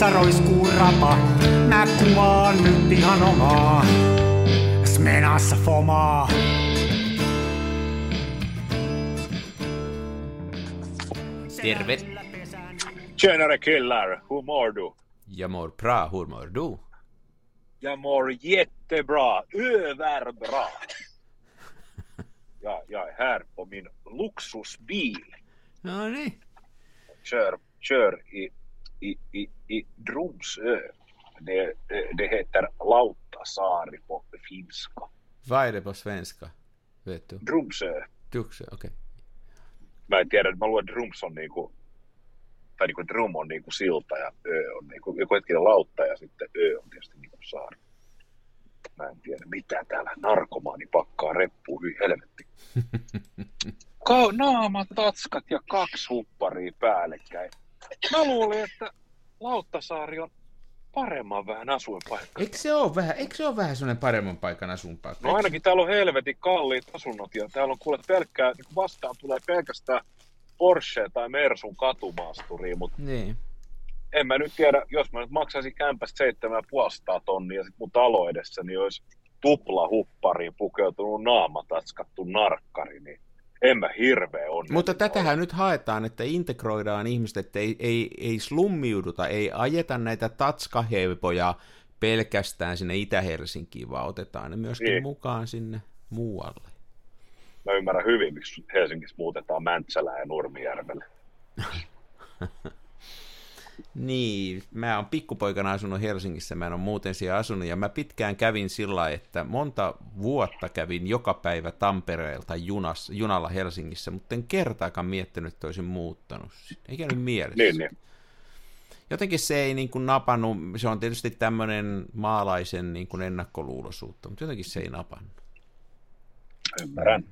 roiskuu rapa. Mä kuvaan nyt ihan omaa Smenassa fomaa. Terve. Tjenare killar, hur mår du? Jag mår bra, hur mår du? Jag mår jättebra, överbra. Jag är här på min luxusbil. Ja, niin. Kör i Drumsö. Det heter Lauttasaari på finska. Vad är det på svenska? Vet du? Drumsö. Drumsö, okej. Okay. Mä en tiedä, mä luulen, että Drums on niinku, tai niinku Drum on niinku silta ja Ö on niinku, joku hetkinen lautta ja sitten Ö on tietysti niinku saari. Mä en tiedä, mitä täällä narkomaani pakkaa reppuun, hyi helvetti. Naamat, tatskat ja 2 hupparia päällekkäin. Mä luulin, että Lauttasaari on paremman vähän asuinpaikka. Eikö se ole vähän sellainen paremman paikan asuinpaikka? No ainakin täällä on helvetin kalliit asunnot ja täällä on kuule pelkkää, niin vastaan tulee pelkästään Porsche tai Mersun katumaasturia, mutta niin. En mä nyt tiedä, jos mä nyt maksaisin kämpästä 7,5 tonnia ja sit mun talo edessä, niin olisi tupla huppariin pukeutunut naamatatskattu narkkari, niin en mä hirveä onnellinen. Mutta tätähän nyt haetaan, että integroidaan ihmiset, että ei slummiuduta, ei ajeta näitä tatskaheipoja pelkästään sinne Itä-Helsinkiin, vaan otetaan ne myöskin mukaan sinne muualle. Mä ymmärrän hyvin, miksi Helsingissä muutetaan Mäntsälään ja Nurmijärvelle. Niin, mä oon pikkupoikana asunut Helsingissä, mä en ole muuten siellä asunut, ja mä pitkään kävin sillä, että monta vuotta kävin joka päivä Tampereelta junalla Helsingissä, mutta en kertaakaan miettinyt, että olisin muuttanut. Ei käynyt mielessä. Niin. Jotenkin se ei niin kuin napannut, se on tietysti tämmöinen maalaisen niin kuin ennakkoluuloisuutta, mutta jotenkin se ei napannut. Ymmärrän.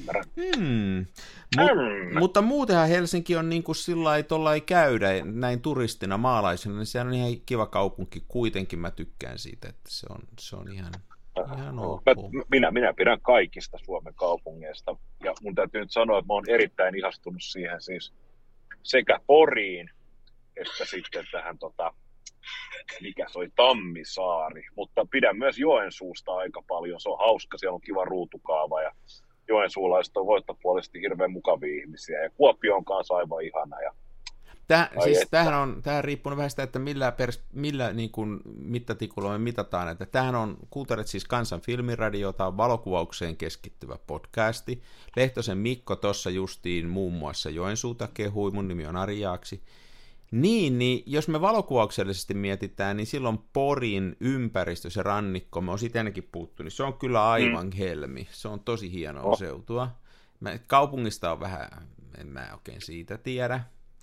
Mutta muutenhan Helsinki on niin kuin sillä lailla käydä näin turistina maalaisena, niin sehän on ihan kiva kaupunki. Kuitenkin mä tykkään siitä, että se on ihan ok. Minä pidän kaikista Suomen kaupungeista. Ja mun täytyy nyt sanoa, että mä oon erittäin ihastunut siihen siis sekä Poriin, että sitten tähän mikä se oli, Tammisaari. Mutta pidän myös Joensuusta aika paljon. Se on hauska, siellä on kiva ruutukaava ja joensuulaiset on voittopuolisesti hirveän mukavia ihmisiä, ja Kuopio on kanssa aivan ihana. Tämähän riippuu vähän sitä, että millä niin kuin mittatikulla me mitataan, että tämähän on, kuuntelet siis Kansan filmiradiota, on valokuvaukseen keskittyvä podcasti. Lehtosen Mikko tuossa justiin muun muassa Joensuuta kehui, mun nimi on Ari Jaaksi. Niin, jos me valokuvauksellisesti mietitään, niin silloin Porin ympäristö, se rannikko, me on siitä ainakin puhuttu, niin se on kyllä aivan helmi. Se on tosi hienoa seutua. Kaupungista on vähän, en mä oikein siitä tiedä.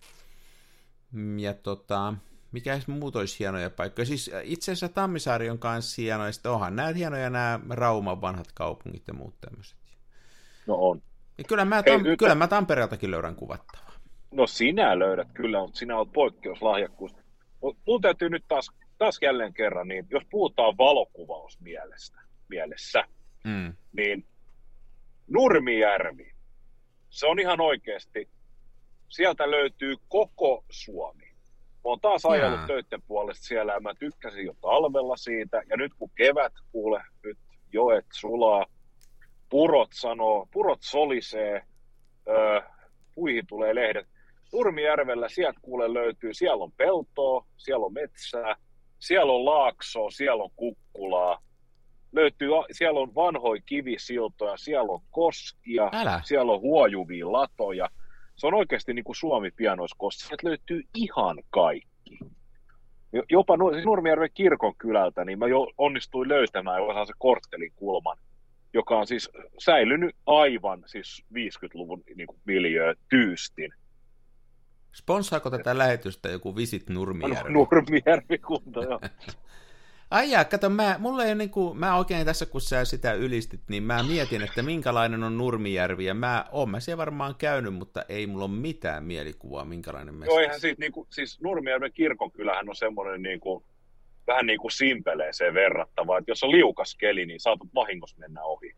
Ja mikä muut olisi hienoja paikkoja? Siis itse asiassa Tammisaari on kanssa hieno, ja sitten onhan nämä hienoja nämä Rauman vanhat kaupungit ja muut tämmöiset. No on. Ja kyllä mä Tampereeltakin löydän kuvattavaa. No sinä löydät kyllä, mutta sinä olet poikkeuslahjakkuus. Mun täytyy nyt taas jälleen kerran, niin jos puhutaan valokuvausmielessä, niin Nurmijärvi, se on ihan oikeasti, sieltä löytyy koko Suomi. Mä oon taas ajellut töiden puolesta siellä ja mä tykkäsin jo talvella siitä. Ja nyt kun kevät, kuule, nyt joet sulaa, purot solisee, puihin tulee lehdet. Nurmijärvellä sieltä kuule löytyy, siellä on peltoa, siellä on metsää, siellä on laaksoa, siellä on kukkulaa. Siellä on vanhoja kivisiltoja, siellä on koskia, siellä on huojuvia latoja. Se on oikeasti niin kuin Suomi pianoiskossa. Sieltä löytyy ihan kaikki. Jopa Nurmijärven kirkonkylältä, niin mä jo onnistuin löytämään se korttelin kulman, joka on siis säilynyt aivan siis 50-luvun niin kuin miljöö tyystin. Sponsaako tätä lähetystä joku Visit Nurmijärvi? Nurmijärvi-kunta, joo. Kato, mulla ei mä oikein tässä, kun sä sitä ylistit, niin mä mietin, että minkälainen on Nurmijärvi, ja oon mä siellä varmaan käynyt, mutta ei mulla ole mitään mielikuvaa, minkälainen mesta. Joo, eihän siitä, siis Nurmijärven kirkonkylähän on semmoinen vähän niin kuin simpeleeseen verrattava, että jos on liukas keli, niin saatat vahingossa mennä ohi.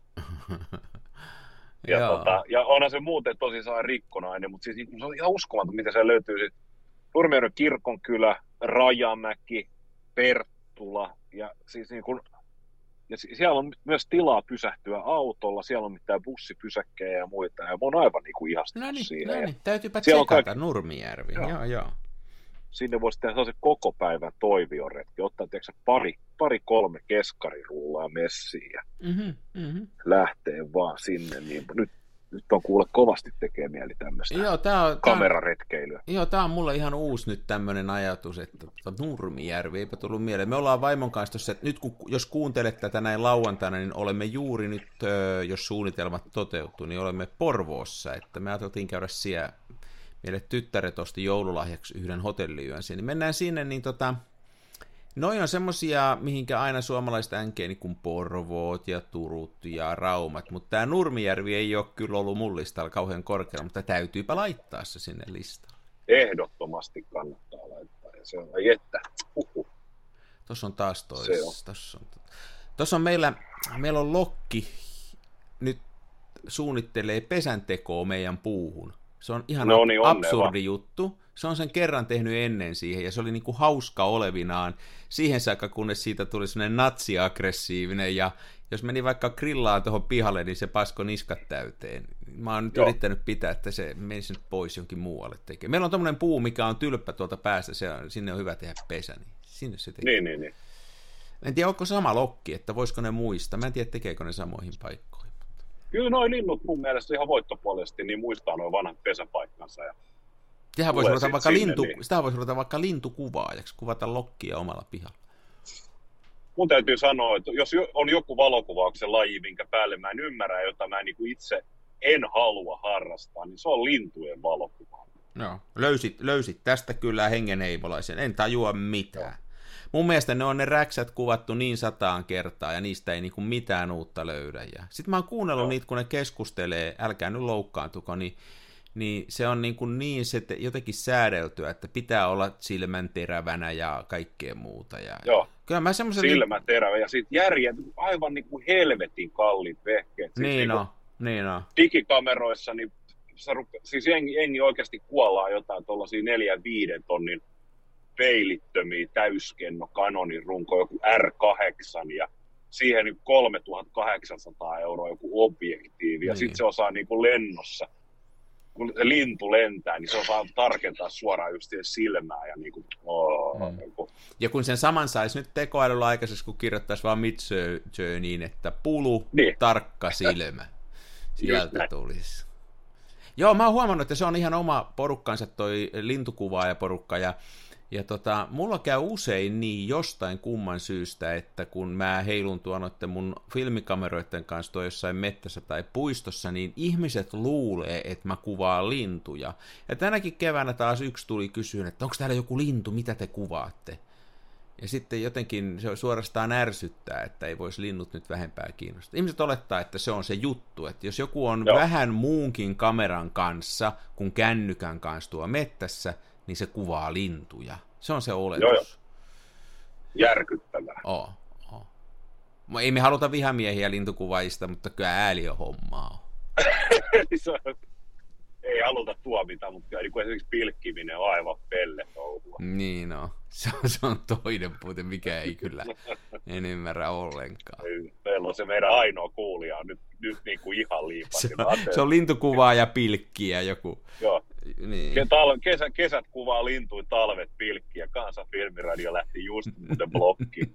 Ja onhan se muuten tosi rikkonainen, mutta siis se on ihan uskomaton, mitä se löytyy. Nurmijärven kirkonkylä, Rajamäki, Perttula ja siis niin kuin, ja siellä on myös tilaa pysähtyä autolla, siellä on mitään bussipysäkkejä ja muita, ja mä oon aivan niin kuin ihastunut siihen. No niin, täytyypä tsekata Nurmijärvi, joo. Sinne voisi tehdä sellaisen koko päivän toivioretki, ottaa pari-kolme keskarirullaa messiin ja lähtee vaan sinne. Niin nyt on kuule kovasti tekee mieli tämmöistä kameraretkeilyä. Joo, tää on mulle ihan uusi nyt tämmöinen ajatus, että Nurmijärvi, eipä tullut mieleen. Me ollaan vaimon kanssa tuossa, että nyt jos kuuntelet tätä näin lauantaina, niin olemme juuri nyt, jos suunnitelmat toteutuu, niin olemme Porvoossa, että me ajateltiin käydä siellä. Meille tyttäret osti joululahjaksi yhden hotelliyön niin mennään sinne, niin noi on semmosia, mihinkä aina suomalaiset änkee, niin kuin Porvoot ja Turut ja Raumat, mutta tämä Nurmijärvi ei ole kyllä ollut mun listalla kauhean korkealla, mutta täytyypä laittaa se sinne listalle. Ehdottomasti kannattaa laittaa, ja se on että. Tuossa on taas Tuossa on meillä on Lokki, nyt suunnittelee pesäntekoa meidän puuhun. Se on ihan absurdi juttu. Se on sen kerran tehnyt ennen siihen, ja se oli niinku hauska olevinaan siihen saakka, kunnes siitä tuli sellainen natsiaggressiivinen, ja jos meni vaikka grillaan tuohon pihalle, niin se pasko niskat täyteen. Mä oon nyt yrittänyt pitää, että se menisi nyt pois jonkin muualle tekemään. Meillä on tommoinen puu, mikä on tylppä tuolta päästä, sinne on hyvä tehdä pesä, niin sinne se tekee. Niin. En tiedä, onko sama Lokki, että voisiko ne muistaa. Mä en tiedä, tekeekö ne samoihin paikkoihin. Kyllä noi linnut mun mielestä ihan voittopuolisesti niin muistaa nuo vanhat pesäpaikkansa. Ja Sitähän voisi ruveta vaikka lintukuvaajaksi, kuvata Lokkia omalla pihalla. Mun täytyy sanoa, että jos on joku valokuvauksen laji, minkä päälle mä en ymmärrä, jota mä niin kuin itse en halua harrastaa, niin se on lintujen valokuva. Joo, löysit tästä kyllä hengenheimolaisen, en tajua mitään. Mun mielestä ne on ne räksät kuvattu niin 100 kertaa, ja niistä ei niinku mitään uutta löydä. Sitten mä oon kuunnellut niitä, kun ne keskustelee, älkää nyt loukkaantuko, niin se on niin se jotenkin säädeltyä, että pitää olla silmän terävänä ja kaikkea muuta. Joo, kyllä mä silmän terävä, ja sitten aivan niin kuin helvetin kalliit vehkeet. Niin on. Digikameroissa, niin siis jengi oikeasti kuollaan jotain tuollaisia 4-5 tonnin peilittömiä täyskenno Canonin runko, joku R8 ja siihen 3800 € joku objektiivi ja sitten se osaa niin kuin lennossa, kun se lintu lentää, niin se osaa tarkentaa suoraan just siihen silmään ja niin kuin, Ja kun sen saman saisi nyt tekoälyllä aikaisessa, kun kirjoittaisi vaan Midjourneyin, että pulu, tarkka silmä, sieltä tulisi. Joo, mä oon huomannut, että se on ihan oma porukkansa toi lintukuvaajaporukka ja mulla käy usein niin jostain kumman syystä, että kun mä heilun noitten mun filmikameroiden kanssa tuo jossain mettässä tai puistossa, niin ihmiset luulee, että mä kuvaan lintuja. Ja tänäkin keväänä taas yksi tuli kysyä, että onko täällä joku lintu, mitä te kuvaatte? Ja sitten jotenkin se suorastaan ärsyttää, että ei voisi linnut nyt vähempää kiinnostaa. Ihmiset olettaa, että se on se juttu, että jos joku on vähän muunkin kameran kanssa kuin kännykän kanssa tuo mettässä, niin se kuvaa lintuja. Se on se oletus. Joo. Järkyttävää. Ei me haluta vihamiehiä lintukuvaajista, mutta kyllä ääli on hommaa. Ei haluta tuomita, mutta niin kuin esimerkiksi pilkkiminen on aivan pelle touhua. Niin no, se on toinen puute, mikä ei kyllä en ymmärrä ollenkaan. Meillä on se meidän ainoa kuulija on nyt niin kuin ihan liipasi. Se on lintukuvaaja pilkkiä joku. Joo. Niin. Kesät kuvaa lintuja, talvet pilkkiä. Kansan Filmiradio lähti just muuten blokkiin.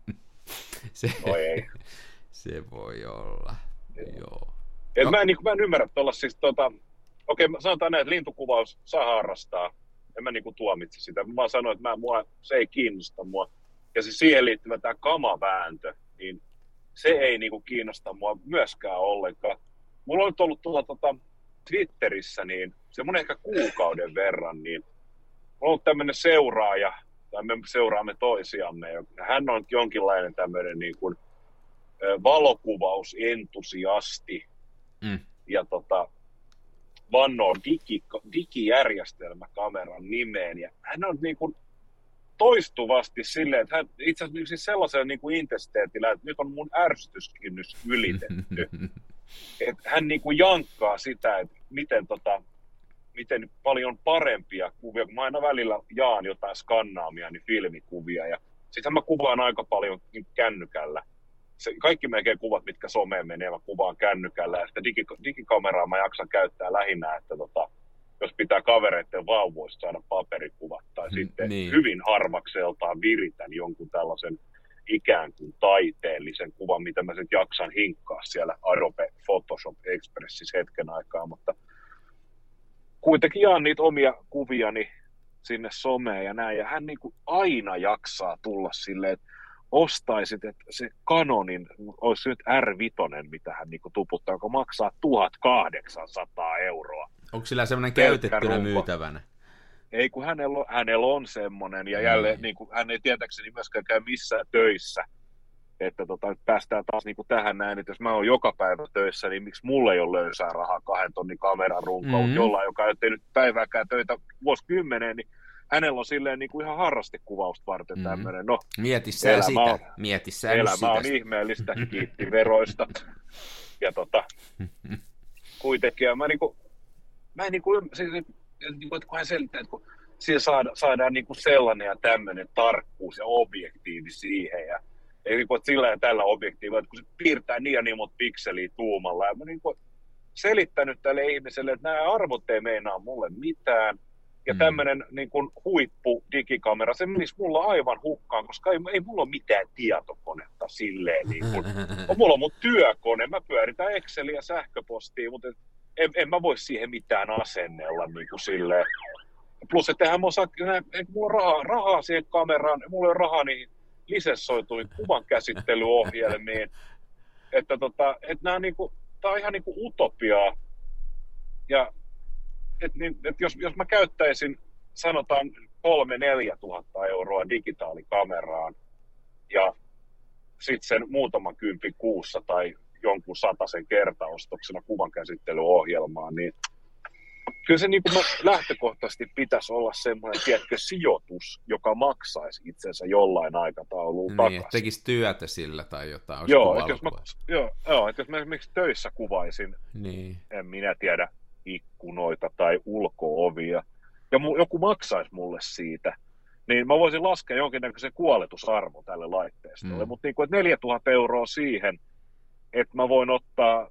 Ei. Se voi olla. Joo. Mä en ymmärrä tuolla siis okei, sanotaan näin, että lintukuvaus saa harrastaa. En mä niinku tuomitse sitä. Mä sanoin, että se ei kiinnosta mua. Ja siis siihen liittyvä tämä kamavääntö, niin se ei niinku kiinnosta mua myöskään ollenkaan. Mulla on ollut Twitterissä niin semmoinen ehkä kuukauden verran, niin mulla on ollut tämmöinen seuraaja, tai me seuraamme toisiamme. Hän on jonkinlainen tämmöinen niin kuin valokuvausentusiasti. Ja vannoo digijärjestelmäkameran nimeen. Ja hän on niin kuin toistuvasti silleen, että hän itse asiassa siis sellaisella niin kuin intesteetillä, että nyt on mun ärsytyskynnys ylitetty. Että hän niin kuin jankkaa sitä, että miten miten paljon parempia kuvia, kun mä aina välillä jaan jotain skannaamia, niin filmikuvia, ja sitten mä kuvaan aika paljon kännykällä. Kaikki melkein kuvat, mitkä someen menee, mä kuvaan kännykällä, ja sitä digikameraa mä jaksan käyttää lähinnä, että jos pitää kavereiden vauvoista saada paperikuvat, tai sitten hyvin harvakseltaan viritän jonkun tällaisen ikään kuin taiteellisen kuvan, mitä mä sitten jaksan hinkkaa siellä Adobe Photoshop Expressissä hetken aikaa, mutta kuitenkin jaan niitä omia kuviani sinne someen ja näin, ja hän niin kuin aina jaksaa tulla silleen, että ostaisit, että se Canonin, olisi nyt R5, mitä hän niin kuin tuputtaa, joka maksaa 1800 €. Onko sillä semmoinen käytettynä myytävänä? Ei, kun hänellä on semmoinen, ja jälleen niin kuin, hän ei tietääkseni myöskään käy missään töissä, että nyt päästään taas niin kuin tähän näin, että jos mä oon joka päivä töissä, niin miksi mulle ei ole löysää rahaa 2 tonnin kameran runkoon, jollain, joka ei tehnyt päivääkään töitä vuosikymmeneen, niin hänellä on silleen niin kuin ihan harrastekuvausta varten tämmöinen. No, mieti sä sitä. Elämä on ihmeellistä, kiitti veroista. Ja kuitenkin, mä en kun hän selittää, että kun siellä saadaan niin kuin sellainen ja tämmöinen tarkkuus ja objektiivi siihen, ja ei niin kuin, sillä ja tällä objektiivilla, että kun se piirtää niin ja niin monta pikseliä tuumalla, ja mä niin kuin selittänyt tälle ihmiselle, että nämä arvot ei meinaa mulle mitään, ja tämmöinen niin kuin huippu digikamera, se menisi mulla aivan hukkaan, koska ei mulla ole mitään tietokonetta silleen. Niin kuin. Mulla on mun työkone, mä pyöritän Exceliä sähköpostia, mutta en mä voi siihen mitään asennella niin kuin silleen. Plus, että eihän mulla on rahaa siihen kameraan, mulla ei ole rahaa niihin lisenssoituihin kuvan käsittelyohjelmiin. Että nämä on niinku, tää on ihan niinku utopiaa. Ja jos mä käyttäisin, sanotaan 3-4 tuhatta € digitaalikameraan ja sitten sen muutaman kympin kuussa tai jonkun 100 kertaostoksena kuvankäsittelyohjelmaan, niin kyllä se niin kuin lähtökohtaisesti pitäisi olla semmoinen, tiedätkö, sijoitus, joka maksaisi itsensä jollain aikataululla takaisin. Niin, tekisi työtä sillä tai jotain. Että jos mä esimerkiksi töissä kuvaisin, en minä tiedä, ikkunoita tai ulko-ovia, ja joku maksaisi mulle siitä, niin mä voisin laskea jonkinnäköisen kuoletusarvo tälle laitteistolle, mutta niin kuin, että 4 000 € siihen, että mä voin ottaa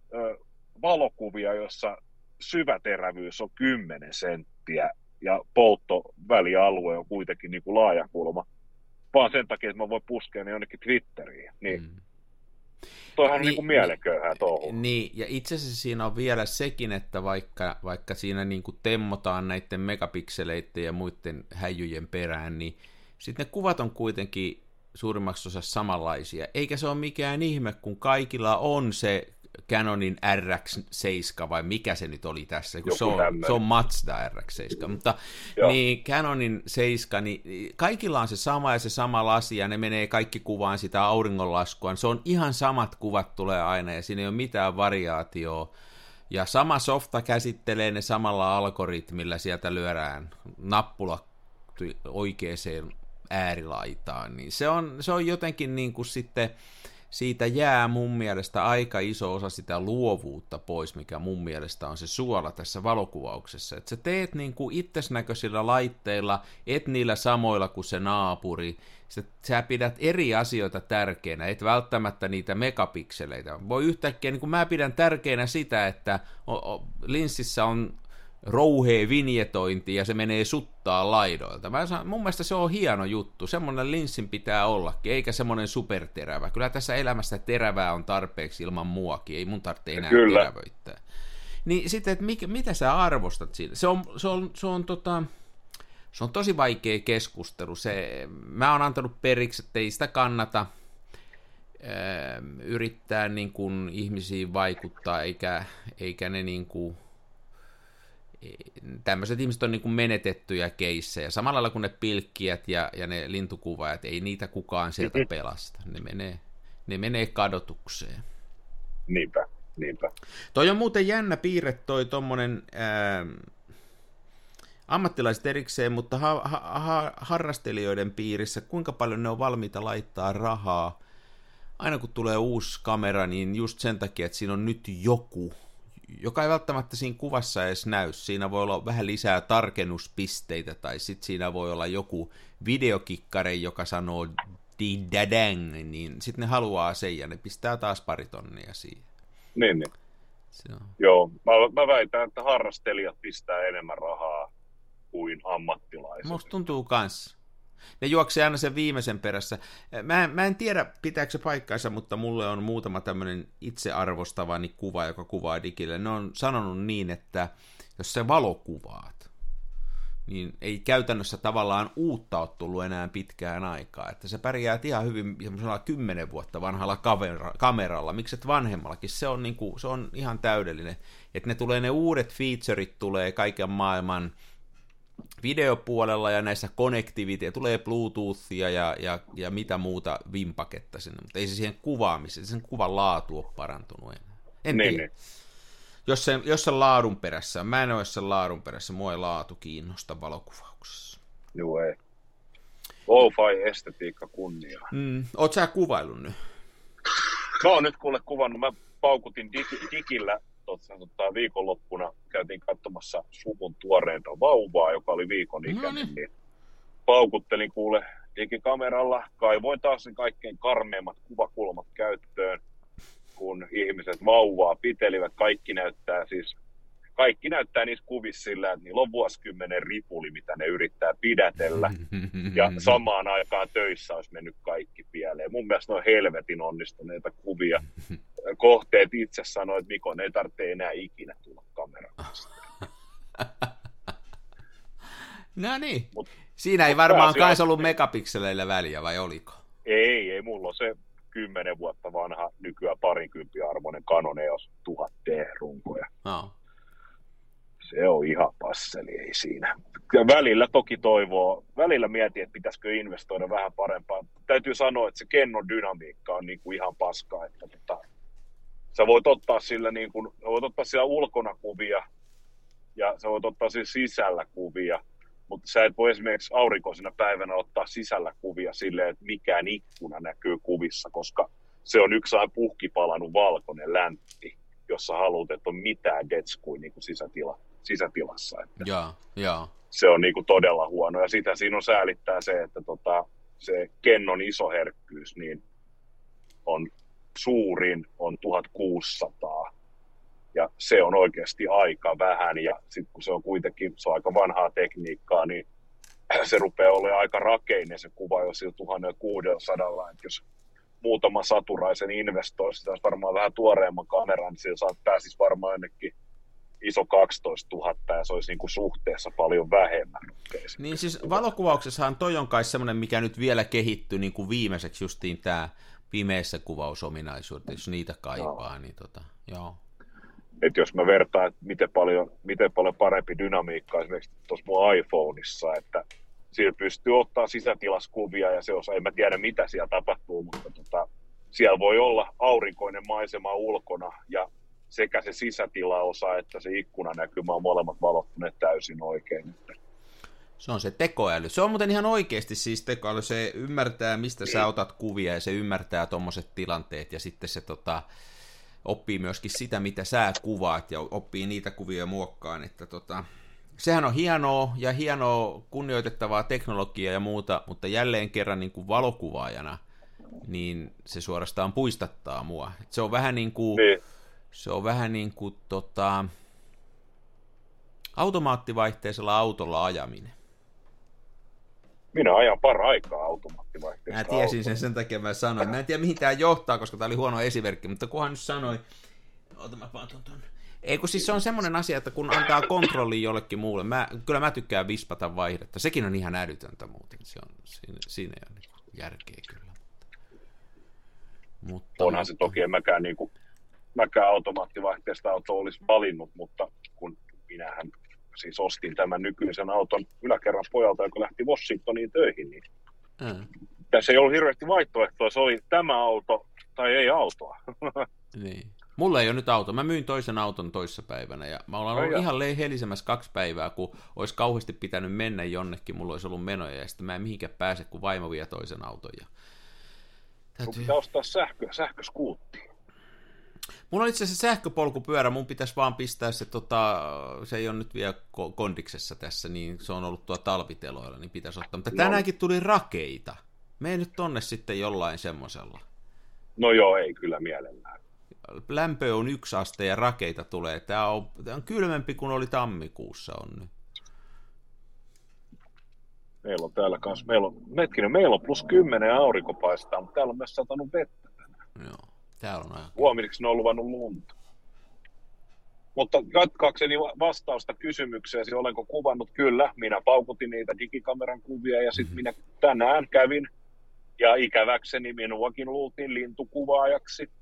valokuvia, jossa syväterävyys on 10 senttiä ja polttovälialue on kuitenkin niin kuin laajakulma, vaan sen takia, että mä voin puskea ne jonnekin Twitteriin. Niin. Toihan on niin kuin mielenköyhää touhua. Niin, ja itse asiassa siinä on vielä sekin, että vaikka siinä niin kuin temmotaan näiden megapikseleiden ja muiden häijyjen perään, niin sitten ne kuvat on kuitenkin suurimmaksi osassa samanlaisia. Eikä se ole mikään ihme, kun kaikilla on se Canonin RX7, vai mikä se nyt oli tässä, kun se on Mazda RX7, mutta niin Canonin 7, niin kaikilla on se sama ja se sama lasi, ja ne menee kaikki kuvaan sitä auringonlaskua, se on ihan samat kuvat tulee aina, ja siinä ei ole mitään variaatioa, ja sama softa käsittelee ne samalla algoritmilla, sieltä lyödään nappula oikeaan äärilaitaan, niin se on jotenkin niin kuin sitten, siitä jää mun mielestä aika iso osa sitä luovuutta pois, mikä mun mielestä on se suola tässä valokuvauksessa. Että sä teet niin kuin itsesnäköisillä laitteilla, et niillä samoilla kuin se naapuri. Sä pidät eri asioita tärkeänä, et välttämättä niitä megapikseleitä. Voi yhtäkkiä, niin kuin mä pidän tärkeänä sitä, että linssissä on rouhea vinjetointi ja se menee suttaa laidoilta. Mun mielestä se on hieno juttu. Semmoinen linssin pitää ollakin, eikä semmoinen superterävä. Kyllä tässä elämässä terävää on tarpeeksi ilman muakin. Ei mun tarvitse enää terävöittää. Niin sitten, että mitä sä arvostat siinä? Se on tosi vaikea keskustelu. Mä oon antanut periksi, että ei sitä kannata yrittää niin kuin ihmisiin vaikuttaa, eikä ne niin kuin tämmöiset ihmiset on niin kuin menetettyjä keissejä. Samalla lailla kuin ne pilkkijät ja ne lintukuvaajat, ei niitä kukaan sieltä pelasta. Ne menee kadotukseen. Niinpä. Toi on muuten jännä piirre toi tommonen ammattilaiset erikseen, mutta harrastelijoiden piirissä, kuinka paljon ne on valmiita laittaa rahaa. Aina kun tulee uusi kamera, niin just sen takia, että siinä on nyt joka ei välttämättä siinä kuvassa edes näy. Siinä voi olla vähän lisää tarkennuspisteitä, tai sitten siinä voi olla joku videokikkare, joka sanoo di-da-dang, niin sitten ne haluaa sen, ja ne pistää taas pari tonnia siihen. Niin. Joo, mä väitän, että harrastelijat pistää enemmän rahaa kuin ammattilaiset. Musta tuntuu kans. Ne juoksee aina sen viimeisen perässä. Mä en tiedä, pitääkö se paikkaansa, mutta mulle on muutama tämmöinen itsearvostavani kuva, joka kuvaa digille. Ne on sanonut niin, että jos sä valokuvaat, niin ei käytännössä tavallaan uutta ole tullut enää pitkään aikaa. Että sä pärjäät ihan hyvin 10 vuotta vanhalla kameralla. Mikset vanhemmallakin? Se on ihan täydellinen. Että ne uudet featureit tulee kaiken maailman videopuolella ja näissä connectivity, tulee Bluetoothia ja mitä muuta vimpaketta sinne, mutta ei se siihen kuvaamiseen, sen kuvan laatu ole parantunut enää. En tiedä. Jos sen laadun perässä, mä en ole sen laadun perässä, mua ei laatu kiinnosta valokuvauksessa. Joo ei. Lo-fi-estetiikka kunniaa. Oot sä kuvaillut nyt? Mä oon nyt kuule kuvannut, mä paukutin digillä viikonloppuna, käytiin katsomassa suvun tuoreinta vauvaa, joka oli viikon ikäinen, niin paukuttelin kuule digikameralla, kaivoin taas ne kaikkein karmeimmat kuvakulmat käyttöön, kun ihmiset vauvaa pitelivät, kaikki näyttää niissä kuvissa sillä, että niillä on vuosikymmenen ripuli, mitä ne yrittää pidätellä, ja samaan aikaan töissä olisi mennyt kaikki pieleen. Mun mielestä ne on helvetin onnistuneita kuvia. Kohteet itse sanoi, että Mikon ei tarvitse enää ikinä tulla kameraan. No niin. Siinä ei varmaan kans ollut megapikseleillä väliä, vai oliko? Ei, mulla on se 10 vuotta vanha, nykyään 20 arvoinen Canon EOS 1000D-runkoja. No. Se on ihan passeli, ei siinä. Ja välillä toki välillä mietin, että pitäisikö investoida vähän parempaan. Täytyy sanoa, että se Canon dynamiikka on niin kuin ihan paska, että sä voit ottaa sillä ulkona kuvia ja sä voit ottaa sillä sisällä kuvia, mutta sä et voi esimerkiksi aurinkoisena päivänä ottaa sisällä kuvia silleen, että mikään ikkuna näkyy kuvissa, koska se on yksi aina puhkipalanut valkoinen läntti, jossa haluat, että on mitään detskuja niin kuin sisätilassa. Että se on niin kuin todella huono, ja sitä siinä on säälittää se, että se Canon iso herkkyys niin on suurin on 1600, ja se on oikeasti aika vähän, ja sitten kun se on kuitenkin aika vanhaa tekniikkaa, niin se rupeaa olemaan aika rakeinen se kuva jo sillä 1600, että jos muutama saturaisen investoisi, se olisi varmaan vähän tuoreemman kameran, niin sillä pääsisi varmaan ainakin iso 12 000, ja se olisi niin kuin suhteessa paljon vähemmän. Niin siis valokuvauksessahan toi on kai semmoinen, mikä nyt vielä kehittyy niin kuin viimeiseksi justiin tämä pimeässä kuvausominaisuudet, jos niitä kaipaa, niin joo. Et jos mä vertaan, että miten paljon parempi dynamiikka esimerkiksi tuossa mun iPhoneissa, että siellä pystyy ottaa sisätilaskuvia ja en mä tiedä mitä siellä tapahtuu, mutta siellä voi olla aurinkoinen maisema ulkona ja sekä se sisätilaosa että se ikkunanäkymä on molemmat valottuneet täysin oikein. Se on se tekoäly. Se on muuten ihan oikeasti siis tekoäly. Se ymmärtää, mistä sä otat kuvia ja se ymmärtää tommoset tilanteet ja sitten se oppii myöskin sitä, mitä sä kuvaat ja oppii niitä kuvia muokkaan. Että sehän on hienoa kunnioitettavaa teknologiaa ja muuta, mutta jälleen kerran niin kuin valokuvaajana, niin se suorastaan puistattaa mua. Et se on vähän niin kuin automaattivaihteisella autolla ajaminen. Minä ajan paraikaa automaattivaihteisella autolla. Mä tiesin sen takia mä sanoin. Mä en tiedä mihin tää johtaa, koska tää oli huono esimerkki, mutta kunhan nyt sanoi. Ota mä vaan ton. Ei kun siis se on semmoinen asia, että kun antaa kontrollia jollekin muulle, kyllä mä tykkään vispata vaihdetta. Sekin on ihan älytöntä muuten. Siinä ei ole järkeä kyllä. Mutta onhan se toki, en mäkään automaattivaihteesta autoa olisi valinnut, mutta kun minähän siis ostin tämän nykyisen auton yläkerran pojalta, joka lähti Washingtoniin töihin, niin tässä ei ollut hirveästi vaihtoehtoa. Se oli tämä auto tai ei autoa. Niin. Mulla ei ole nyt auto. Mä myin toisen auton toissapäivänä ja mä olen ollut ihan helisemässä 2 päivää, kun olisi kauheasti pitänyt mennä jonnekin. Mulla olisi ollut menoja ja sitten mä en mihinkään pääse, kun vaimo vie toisen auton. Sun pitää ostaa sähköskuutti. Mulla on itse asiassa sähköpolkupyörä, mun pitäisi vaan pistää se, se ei ole nyt vielä kondiksessa tässä, niin se on ollut talviteloilla, niin pitäisi ottaa. Mutta tänäänkin tuli rakeita. Mene nyt tonne sitten jollain semmosella. No joo, ei kyllä mielellään. Lämpö on 1 aste ja rakeita tulee. Tämä on kylmempi kuin oli tammikuussa on nyt. Meillä on täällä kanssa, meillä on +10 aurinko paistaa, mutta täällä on myös satanut vettä tänään. Joo, täällä on aika. Huomeniksi ne on luvannut lunta. Mutta jatkaakseni vastausta kysymykseesi, olenko kuvannut? Kyllä, minä paukutin niitä digikameran kuvia ja sitten minä tänään kävin ja ikäväkseni minuakin luultiin lintukuvaajaksi.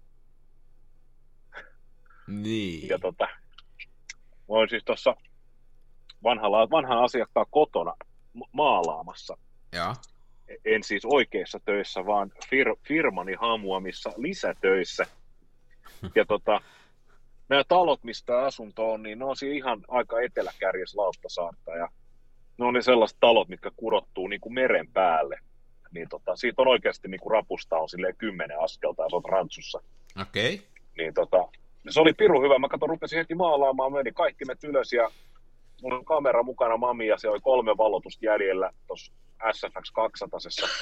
Niin. Ja voin siis tuossa vanhan asiakkaan kotona maalaamassa. Ja. En siis oikeissa töissä, vaan firmani hamuamissa lisätöissä. Ja nämä talot, mistä asunto on, niin ne on siinä ihan aika eteläkärjessä Lauttasaarta. Ja ne on ne sellaiset talot, mitkä kurottuu niin kuin meren päälle. Niin siitä on oikeasti niin kuin rapusta on silleen 10 askelta ja se on rantsussa. Okei. Okay. Niin se oli pirun hyvä. Mä rupesin heti maalaamaan, meni kaikkimet ylös ja mulla on kamera mukana mami ja se oli 3 valotusta jäljellä tuossa SFX 200.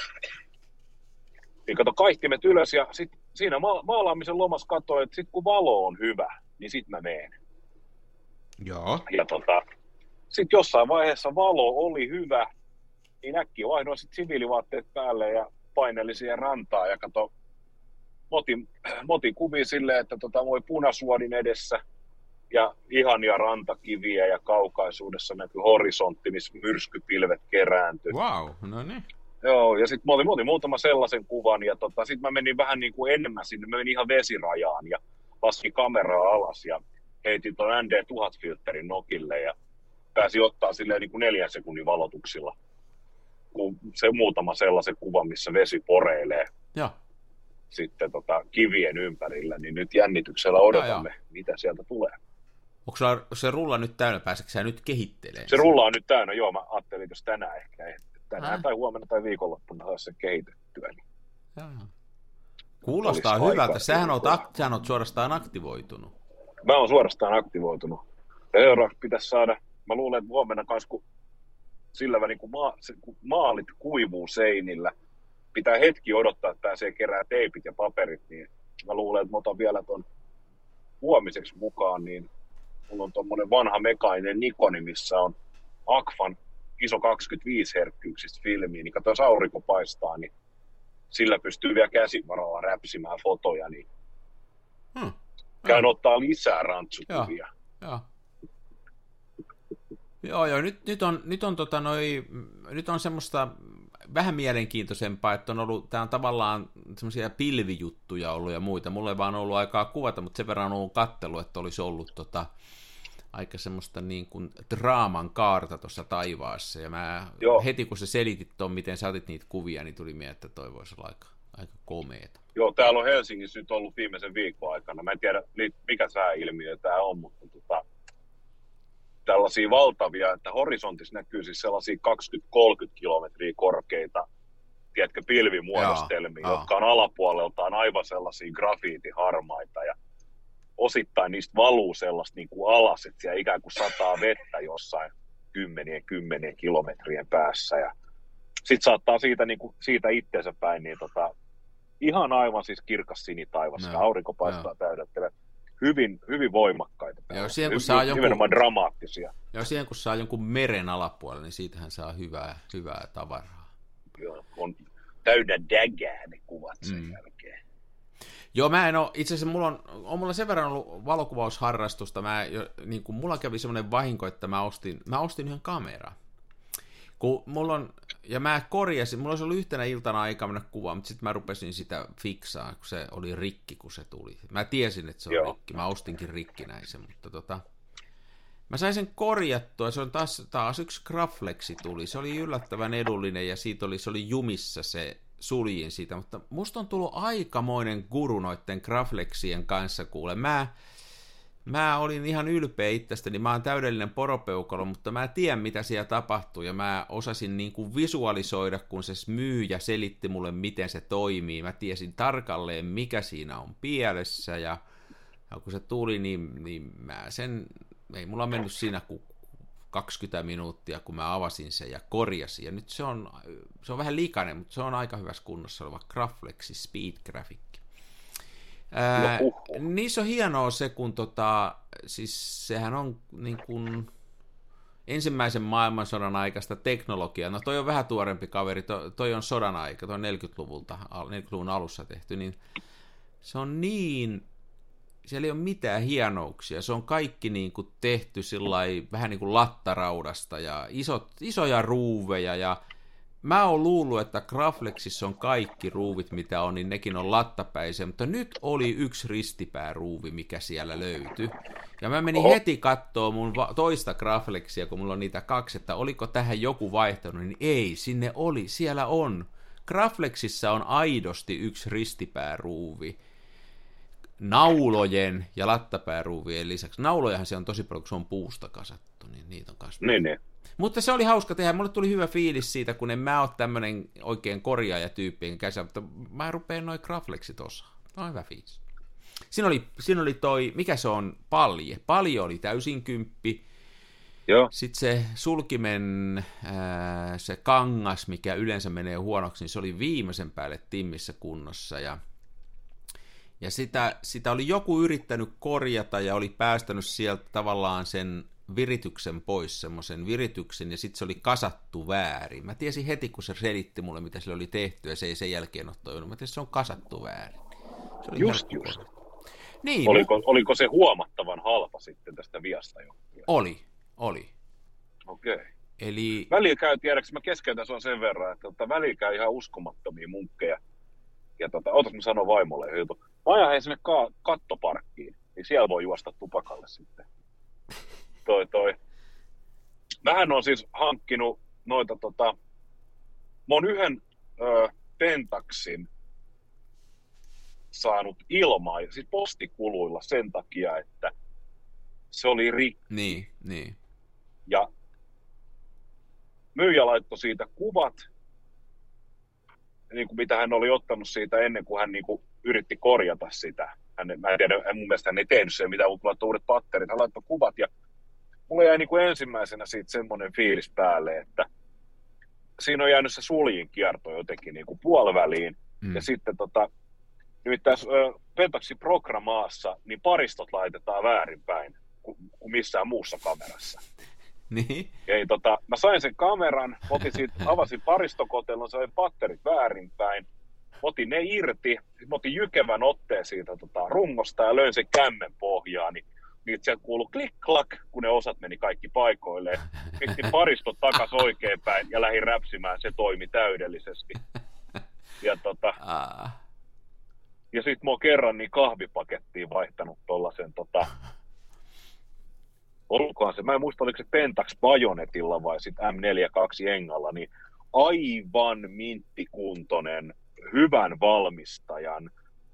Niin kato kaikkimet ylös ja sit siinä maalaamisen lomassa katsoin, että sit kun valo on hyvä, niin sit mä meen. Joo. Ja sit jossain vaiheessa valo oli hyvä, niin äkkiä vaihdoin sit siviilivaatteet päälle ja painelin siihen rantaan ja kato motin kuvia silleen, että moi punasuodin edessä ja ihania rantakiviä ja kaukaisuudessa näkyy horisontti, missä myrskypilvet kerääntyy. Wow, no niin. Joo, ja sitten mä otin muutaman sellaisen kuvan ja sitten mä menin vähän niin kuin enemmän sinne, mä menin ihan vesirajaan ja laskin kameraa alas ja heitin ton ND1000-filterin nokille ja pääsin ottaa silleen niin kuin 4 sekunnin valotuksilla, kun se muutama sellaisen kuvan, missä vesi poreilee. Ja. Sitten kivien ympärillä, niin nyt jännityksellä odotamme, mitä sieltä tulee. Onko se rulla nyt täynnä, pääseekö sä nyt kehittelemään? Se rulla on nyt täynnä, joo, mä ajattelin, jos tänään ehkä, tänään tai huomenna tai viikonloppuna saisi sen kehitettyä. Niin kuulostaa hyvältä, sähän oot suorastaan aktivoitunut. Mä oon suorastaan aktivoitunut. Seuraavaksi pitäisi saada, mä luulen, että huomenna kanssa, kun sillä välin, kun maalit kuivuu seinillä, pitää hetki odottaa, että pääsee kerää teipit ja paperit, niin mä luulen, että mä otan vielä ton huomiseksi mukaan, niin mulla on tommonen vanha mekaaninen Nikoni, missä on Agfan iso 25 herkkyyksistä filmiä, niin kato, jos aurinko paistaa, niin sillä pystyy vielä käsivaralla räpsimään fotoja, niin käyn ottaa lisää rantsukuvia. Joo, nyt on semmoista vähän mielenkiintoisempaa, että tää on tavallaan semmoisia pilvijuttuja ollut ja muita. Mulla ei vaan ollut aikaa kuvata, mutta sen verran on ollut kattelu, että olisi ollut aika semmoista niin kuin draaman kaarta tuossa taivaassa. Ja heti kun sä selitit ton, miten sä otit niitä kuvia, niin tuli mieleen, että toi voisi olla aika komeeta. Joo, täällä on Helsingissä nyt ollut viimeisen viikon aikana. Mä en tiedä, mikä sääilmiö tää on, mutta tällaisia valtavia, että horisontissa näkyy siis sellaisia 20-30 kilometriä korkeita, tiedätkö, pilvimuodostelmia, jotka on alapuoleltaan aivan sellaisia grafiitiharmaita ja osittain niistä valuu sellaista niin kuin alas, että siellä ikään kuin sataa vettä jossain 10 kilometrien päässä ja sitten saattaa siitä itteensä päin, niin ihan aivan siis kirkas sinitaivas ja aurinko paistaa täydettelee. Hyvin voimakkaita. Joo, siihen, nimenomaan dramaattisia. Joo, siihen kun saa jonkun meren alapuolella, niin siitähän saa hyvää tavaraa. Joo, on täynnä dägää ne kuvat sen jälkeen. Joo, mä en ole, itse asiassa mulla sen verran ollut valokuvausharrastusta, mulla kävi semmoinen vahinko, että mä ostin yhden kameran. Kun mä korjasin, mulla olisi ollut yhtenä iltana aikaa mennä kuvaan, mutta sitten mä rupesin sitä fiksaa, kun se oli rikki, kun se tuli. Mä tiesin, että se on rikki, mä ostinkin rikkinäisen, mutta mä sain sen korjattua, se on taas yksi Graflexi tuli, se oli yllättävän edullinen ja se oli jumissa se suljin siitä, mutta musta on tullut aikamoinen guru noitten Graflexien kanssa, kuule. Mä olin ihan ylpeä itsestäni, mä oon täydellinen poropeukalo, mutta mä tiedän, mitä siellä tapahtuu, ja mä osasin niin kuin visualisoida, kun se myyjä selitti mulle, miten se toimii. Mä tiesin tarkalleen, mikä siinä on pielessä, ja Ja kun se tuli, niin mä sen, ei mulla mennyt siinä kuin 20 minuuttia, kun mä avasin sen ja korjasin. Ja nyt se on vähän likainen, mutta se on aika hyvässä kunnossa oleva Graflexi Speed Graphic. Niissä on hienoa se, kun siis sehän on niin kuin ensimmäisen maailmansodan aikaista teknologiaa. No toi on vähän tuorempi kaveri, toi on sodan aika, toi on 40-luvun alussa tehty, niin se on niin, siellä ei ole mitään hienouksia, se on kaikki niin kuin tehty sillai, vähän niin kuin lattaraudasta ja isoja ruuveja ja mä oon luullut, että Graflexissa on kaikki ruuvit, mitä on, niin nekin on lattapäisiä, mutta nyt oli yksi ristipääruuvi, mikä siellä löytyi. Ja mä menin heti kattoo mun toista Graflexia, kun mulla on niitä kaksi, että oliko tähän joku vaihtanut, niin ei, siellä on. Graflexissa on aidosti yksi ristipääruuvi. Naulojen ja lattapääruuvien lisäksi. Naulojahan se on tosi paljon, kun se on puusta kasattu, niin niitä on kasvattu. Niin. Mutta se oli hauska tehdä. Mulle tuli hyvä fiilis siitä, kun en mä ole tämmönen oikein korjaajatyyppien käsä, mutta mä rupean noin Graflexit osaa. No hyvä fiilis. Siinä oli toi, mikä se on, palje. Palje oli täysin 10. Joo. Sitten se sulkimen, se kangas, mikä yleensä menee huonoksi, niin se oli viimeisen päälle timmissä kunnossa. Ja sitä oli joku yrittänyt korjata ja oli päästänyt sieltä tavallaan sen virityksen pois, semmoisen virityksen, ja sitten se oli kasattu väärin. Mä tiesin heti, kun se selitti mulle, mitä sille oli tehty, ja se ei sen jälkeen ole toivonut. Mä tiesin, se on kasattu väärin. Se oli just. Niin, oliko se huomattavan halpa sitten tästä viasta jo? Oli. Okei. Eli välillä käy, tiedäks, mä keskeytän sua sen verran, että välillä käy ihan uskomattomia munkkeja. Ja ootas mä sanon vaimolle yhden jutun. Mä ajan sinne kattoparkkiin, niin siellä voi juosta tupakalle sitten. Mähän on siis hankkinut noita mä oon yhden Pentaxin saanut siis postikuluilla sen takia, että se oli rikki. Niin. Ja myyjä laittoi siitä kuvat, niin kuin mitä hän oli ottanut siitä ennen kuin hän niin kuin yritti korjata sitä. Mä en tiedä, mun mielestä hän ei tehnyt sen mitään, mutta laittoi uudet patterit. Hän laittoi kuvat ja mulle jäi niin kuin ensimmäisenä siitä semmoinen fiilis päälle, että siinä on jäänyt se suljin kierto jotenkin niin kuin puoliväliin. Ja sitten nyt tässä Pentaxin Programaassa niin paristot laitetaan väärinpäin kuin missään muussa kamerassa. Niin. Ja mä sain sen kameran, avasin paristokotelon, sain patterit väärinpäin, otin ne irti, mä otin jykevän otteen siitä rungosta ja löin sen kämmen pohjaan, niin sieltä kuului klik-klak, kun ne osat meni kaikki paikoilleen. Pistin paristot takas oikeinpäin ja lähdin räpsimään, se toimi täydellisesti. Ja sit mä oon kerran niin kahvipakettiin vaihtanut tollasen olikohan se, mä en muista oliko se Pentax Bajonetilla vai sit M42 Engalla, niin aivan minttikuntoinen, hyvän valmistajan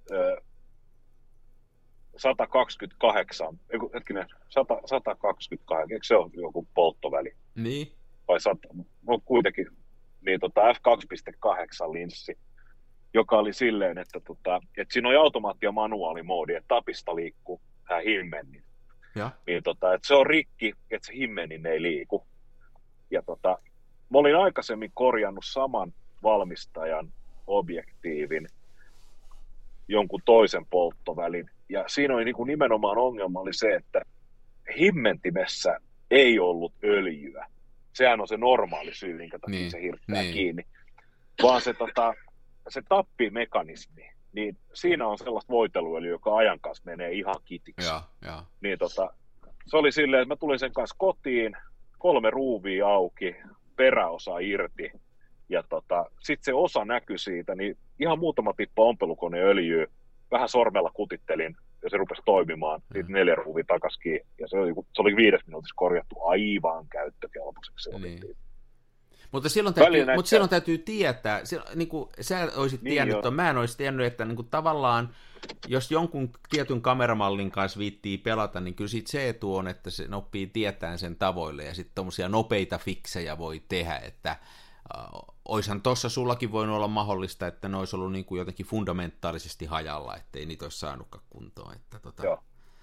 128, hetkinen, 128, eikö se ole joku polttoväli? Niin. Vai 100, no kuitenkin, niin f2.8 linssi, joka oli silleen, että siinä on automaatti- ja manuaalimoodi, että tapista liikkuu tää himmennin. Niin että se on rikki, että se himmenin ei liiku. Ja mä olin aikaisemmin korjannut saman valmistajan objektiivin jonkun toisen polttovälin. Ja siinä oli niin kuin nimenomaan ongelma oli se, että himmentimessä ei ollut öljyä. Sehän on se normaali syy, minkä takia se hirttää kiinni. Vaan se tappimekanismi, niin siinä on sellaista voiteluöljyä, joka ajan kanssa menee ihan kitiksi. Ja. Niin se oli silleen, että mä tulin sen kanssa kotiin, 3 ruuvia auki, peräosa irti, ja sitten se osa näkyi siitä, niin ihan muutama tippa ompelukoneöljyä, vähän sormella kutittelin, ja se rupesi toimimaan, sitten 4 ruuvia takaskin, ja se oli 5 minuutissa korjattu aivan käyttökelpoiseksi. Niin. Mutta silloin täytyy tietää, niin kuin sä olisit tiennyt, mä en olisi tiennyt, että niin kuin tavallaan, jos jonkun tietyn kameramallin kanssa viittii pelata, niin kyllä siitä se etu on, että se oppii tietään sen tavoille, ja sitten tommosia nopeita fiksejä voi tehdä, että oishan tuossa sullakin voinut olla mahdollista, että ne olisi ollut niin kuin jotenkin fundamentaalisesti hajalla, ettei niitä olisi saanutkaan kuntoon. Että Joo.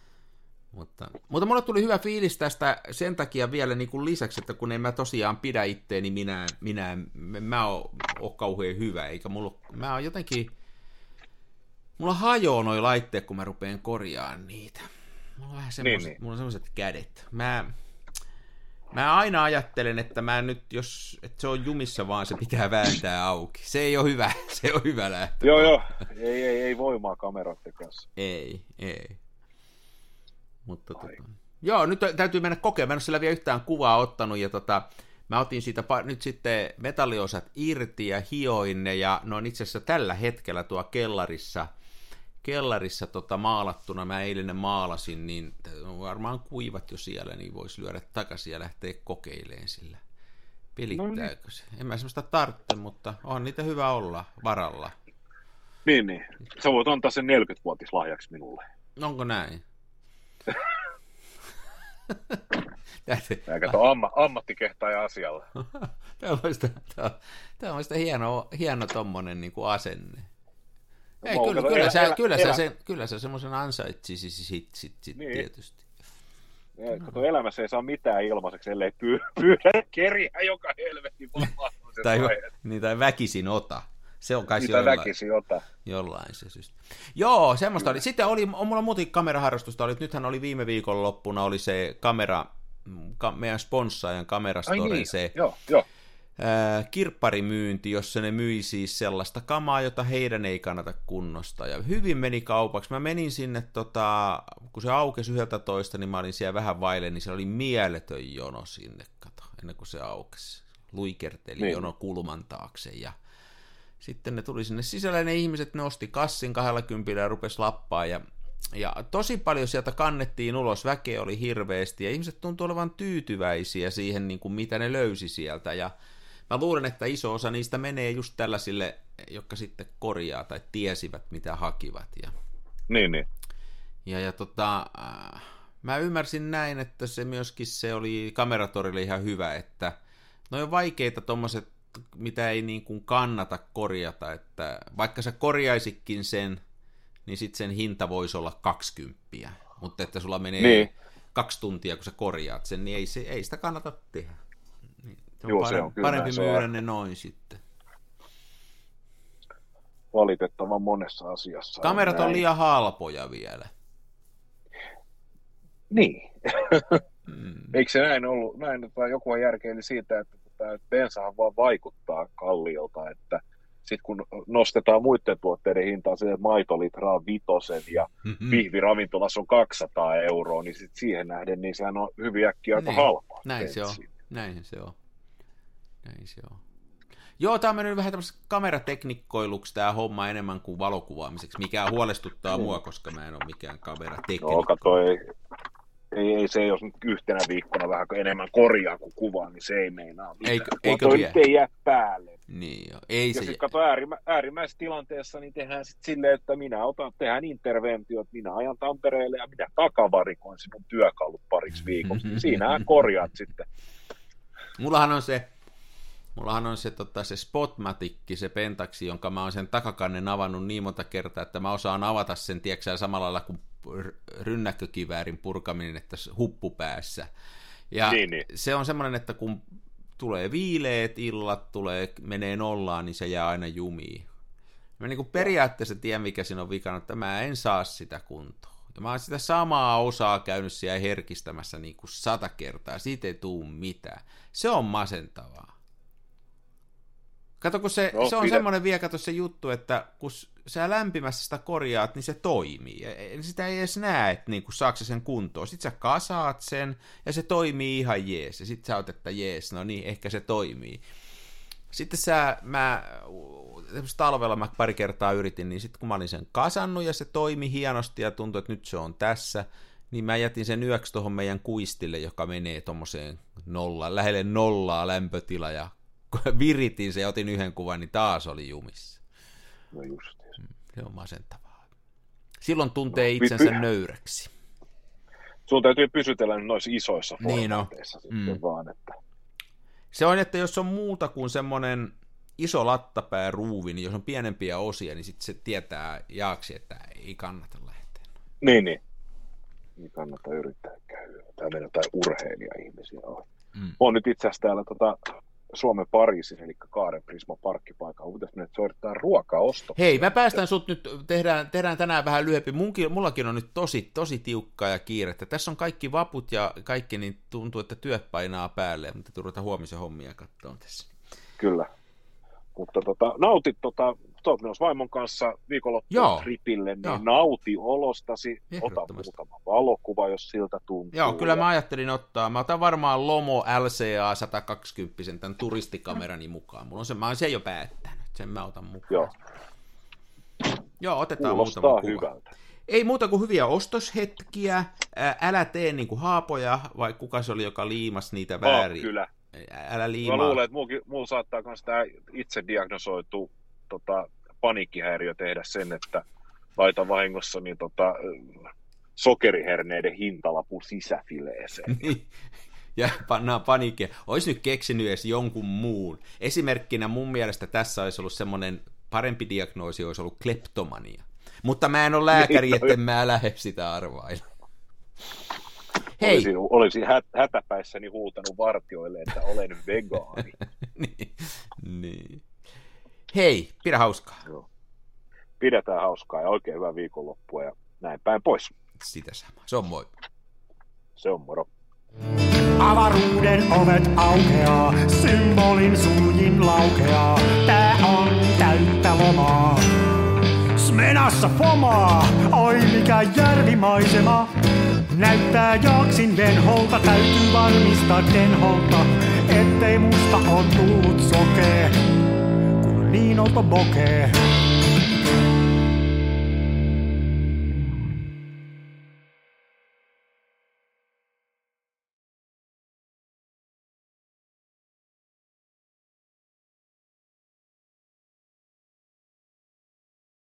Mutta mulle tuli hyvä fiilis tästä sen takia vielä niin kuin lisäksi, että kun en mä tosiaan pidä itteeni mä oon kauhean hyvä, eikä mä oon jotenkin, mulla hajoaa noi laitteet, kun mä rupean korjaamaan niitä. Mulla on vähän mulla on semmoiset kädet. Mä aina ajattelen, että mä nyt, että se on jumissa vaan, se pitää vääntää auki. Se ei ole hyvä, se on hyvä lähtö. Joo, ei voimaa kameroiden kanssa. Ei. Mutta joo, nyt täytyy mennä kokemaan. Mä en ole siellä vielä yhtään kuvaa ottanut, ja mä otin siitä nyt sitten metalliosat irti ja hioin ne, ja ne on itse asiassa tällä hetkellä tuo kellarissa maalattuna. Mä eilen ne maalasin, niin varmaan kuivat jo siellä, niin voisi lyödä takaisin ja lähteä kokeilemaan sillä. Pelittääkö se? En mä semmoista tarvitse, mutta on niitä hyvä olla varalla. Niin. Sä voit antaa sen 40-vuotislahjaksi minulle. Onko näin? Mä kato ammattikehtaaja asialla. Tämä on sitä hieno tommonen niin kuin asenne. Ei, kyllä sä semmoisen ansaitsisit niin. Tietysti. Kato, elämässä ei saa mitään ilmaiseksi, ellei pyydä keriä joka helvetin tai väkisin ota. Se on kai jollain se systeemi. Joo, semmoista oli. Sitten mulla muutin kameraharrastusta, nythän oli viime viikonloppuna oli se meidän sponssaajan Kamerastoren se kirpparimyynti, jossa ne myi siis sellaista kamaa, jota heidän ei kannata kunnostaa. Ja hyvin meni kaupaksi. Mä menin sinne, kun se aukesi 11, niin mä olin siellä vähän vaille, niin se oli mieletön jono sinne, ennen kuin se aukesi. Luikerteli jono kulman taakse ja sitten ne tuli sinne sisälle, ne ihmiset, ne osti kassin 20 ja rupesi lappaa, ja tosi paljon sieltä kannettiin ulos, väkeä oli hirveästi, ja ihmiset tuntui olevan tyytyväisiä siihen, niin kuin mitä ne löysi sieltä, ja mä luulen, että iso osa niistä menee just tällaisille, jotka sitten korjaa tai tiesivät, mitä hakivat. Niin. Ja mä ymmärsin näin, että se oli Kameratorille ihan hyvä, että ne on vaikeita tommoset, mitä ei niin kuin kannata korjata, että vaikka sä korjaisitkin sen, niin sitten sen hinta voisi olla 20, mutta että sulla menee 2 tuntia, kun sä korjaat sen, niin ei sitä kannata tehdä. Se on parempi myydä ne noin sitten. Valitettavan monessa asiassa. Kamerat on liian halpoja vielä. Niin. Eikö se näin ollut? Tai joku on järkeili siitä, että bensahan vaan vaikuttaa kalliolta, että sitten kun nostetaan muiden tuotteiden hintaa, se maitolitraa 5 ja pihviravintolassa on 200 €, niin sitten siihen nähden, niin sehän on hyvin äkkiä aika halpaa. Näin se on. Joo, tämä on mennyt vähän tämmöisessä kamerateknikkoiluksi tämä homma enemmän kuin valokuvaamiseksi, mikä huolestuttaa mua, koska mä en ole mikään kamerateknikko. No, kato, ei se, jos nyt yhtenä viikkona vähän enemmän korjaa kuin kuvaa, niin se ei meinaa mitään. Eikö vielä? Ei jää päälle. Niin jo. Ja sitten kato äärimmäisessä tilanteessa, niin tehdään sitten silleen, että tehdään interventiot, minä ajan Tampereelle ja minä takavarikoin sinun työkalut pariksi viikoksi. Niin siinähän korjaat sitten. Mullahan on se Spotmatikki, se Pentaxi, jonka mä oon sen takakannen avannut niin monta kertaa, että mä osaan avata sen, tiedätkö, samalla lailla kuin rynnäkkökiväärin purkaminen, että huppu päässä. Ja niin. Se on semmoinen, että kun tulee viileet illat, menee nollaan, niin se jää aina jumiin. Mä niin kuin periaatteessa tiedän, mikä siinä on vikana, että mä en saa sitä kuntoon. Ja mä oon sitä samaa osaa käynyt siellä herkistämässä niin kuin 100 kertaa, siitä ei tule mitään. Se on masentavaa. Kato, kun se on semmoinen vielä, kato se juttu, että kun sä lämpimässä sitä korjaat, niin se toimii. Sitä ei edes näe, että niin saako se sen kuntoon. Sitten sä kasaat sen, ja se toimii ihan jees. Ja sitten sä oot, että jees, no niin, ehkä se toimii. Sitten talvella mä pari kertaa yritin, niin sitten kun mä olin sen kasannut, ja se toimi hienosti, ja tuntui, että nyt se on tässä, niin mä jätin sen yöksi tuohon meidän kuistille, joka menee tommoseen lähelle nollaa lämpötila, ja kun viritin se ja otin yhden kuvan, niin taas oli jumissa. No just. Se on masentavaa. Silloin tuntee itsensä nöyräksi. Sun täytyy pysytellä noissa isoissa formaateissa sitten vaan. Että... Se on, että jos on muuta kuin semmoinen iso lattapääruuvi, niin jos on pienempiä osia, niin sitten se tietää jaaksi, että ei kannata lähteä. Niin. Niin kannattaa yrittää käydä. Tää meidän jotain urheilija-ihmisiä on. Mä oon nyt itse asiassa täällä Suomen Pariisin, eli Kaaren Prisma parkkipaikalla. Pitäisi nyt suorittaa ruokaostoksia. Hei, mä päästän sut nyt, tehdään tänään vähän lyhyempi. Mullakin on nyt tosi tiukkaa ja kiirettä. Tässä on kaikki vaput ja kaikki, niin tuntuu, että työt painaa päälle, mutta turvataan huomisen hommia katsomaan tässä. Kyllä. Mutta nautit sä oot menossa vaimon kanssa viikonloppuun tripille, niin nauti olostasi, ota muutama valokuva, jos siltä tuntuu. Joo, kyllä mä ajattelin ottaa. Mä otan varmaan Lomo LCA 120 tämän turistikamerani mukaan. Mulla on se, mä oon sen jo päättänyt, sen mä otan mukaan. Joo, otetaan muutama kuva. Hyvältä. Ei muuta kuin hyviä ostoshetkiä, älä tee niin kuin haapoja, vai kuka se oli, joka liimasi niitä väärin. Kyllä. Älä liimaa. Mä luulen, että mulla saattaa myös tämä itse diagnosoitu paniikkihäiriö tehdä sen, että laita vahingossa niin sokeriherneiden hintalapun sisäfileeseen. Ja pannaan paniikkia. Ois nyt keksinyt edes jonkun muun. Esimerkkinä mun mielestä tässä olisi ollut semmoinen parempi diagnoosi, olisi ollut kleptomania. Mutta mä en ole lääkäri, etten mä lähde sitä arvailla. Hei. Olisin hätäpäissäni huutanut vartioille, että olen vegaani. niin. Hei, pidä hauskaa. Joo. Pidetään hauskaa ja oikein hyvää viikonloppua ja näin päin pois. Sitä sama. Se on moi. Se on moro. Avaruuden ovet aukeaa, symbolin suljin laukeaa. Tää on täyttä lomaa. Smenassa fomaa, oi mikä järvimaisema. Näyttää Jaaksin venholta, täytyy varmistaa denholta, ettei musta on tullut sokee, kun niin olta bokee.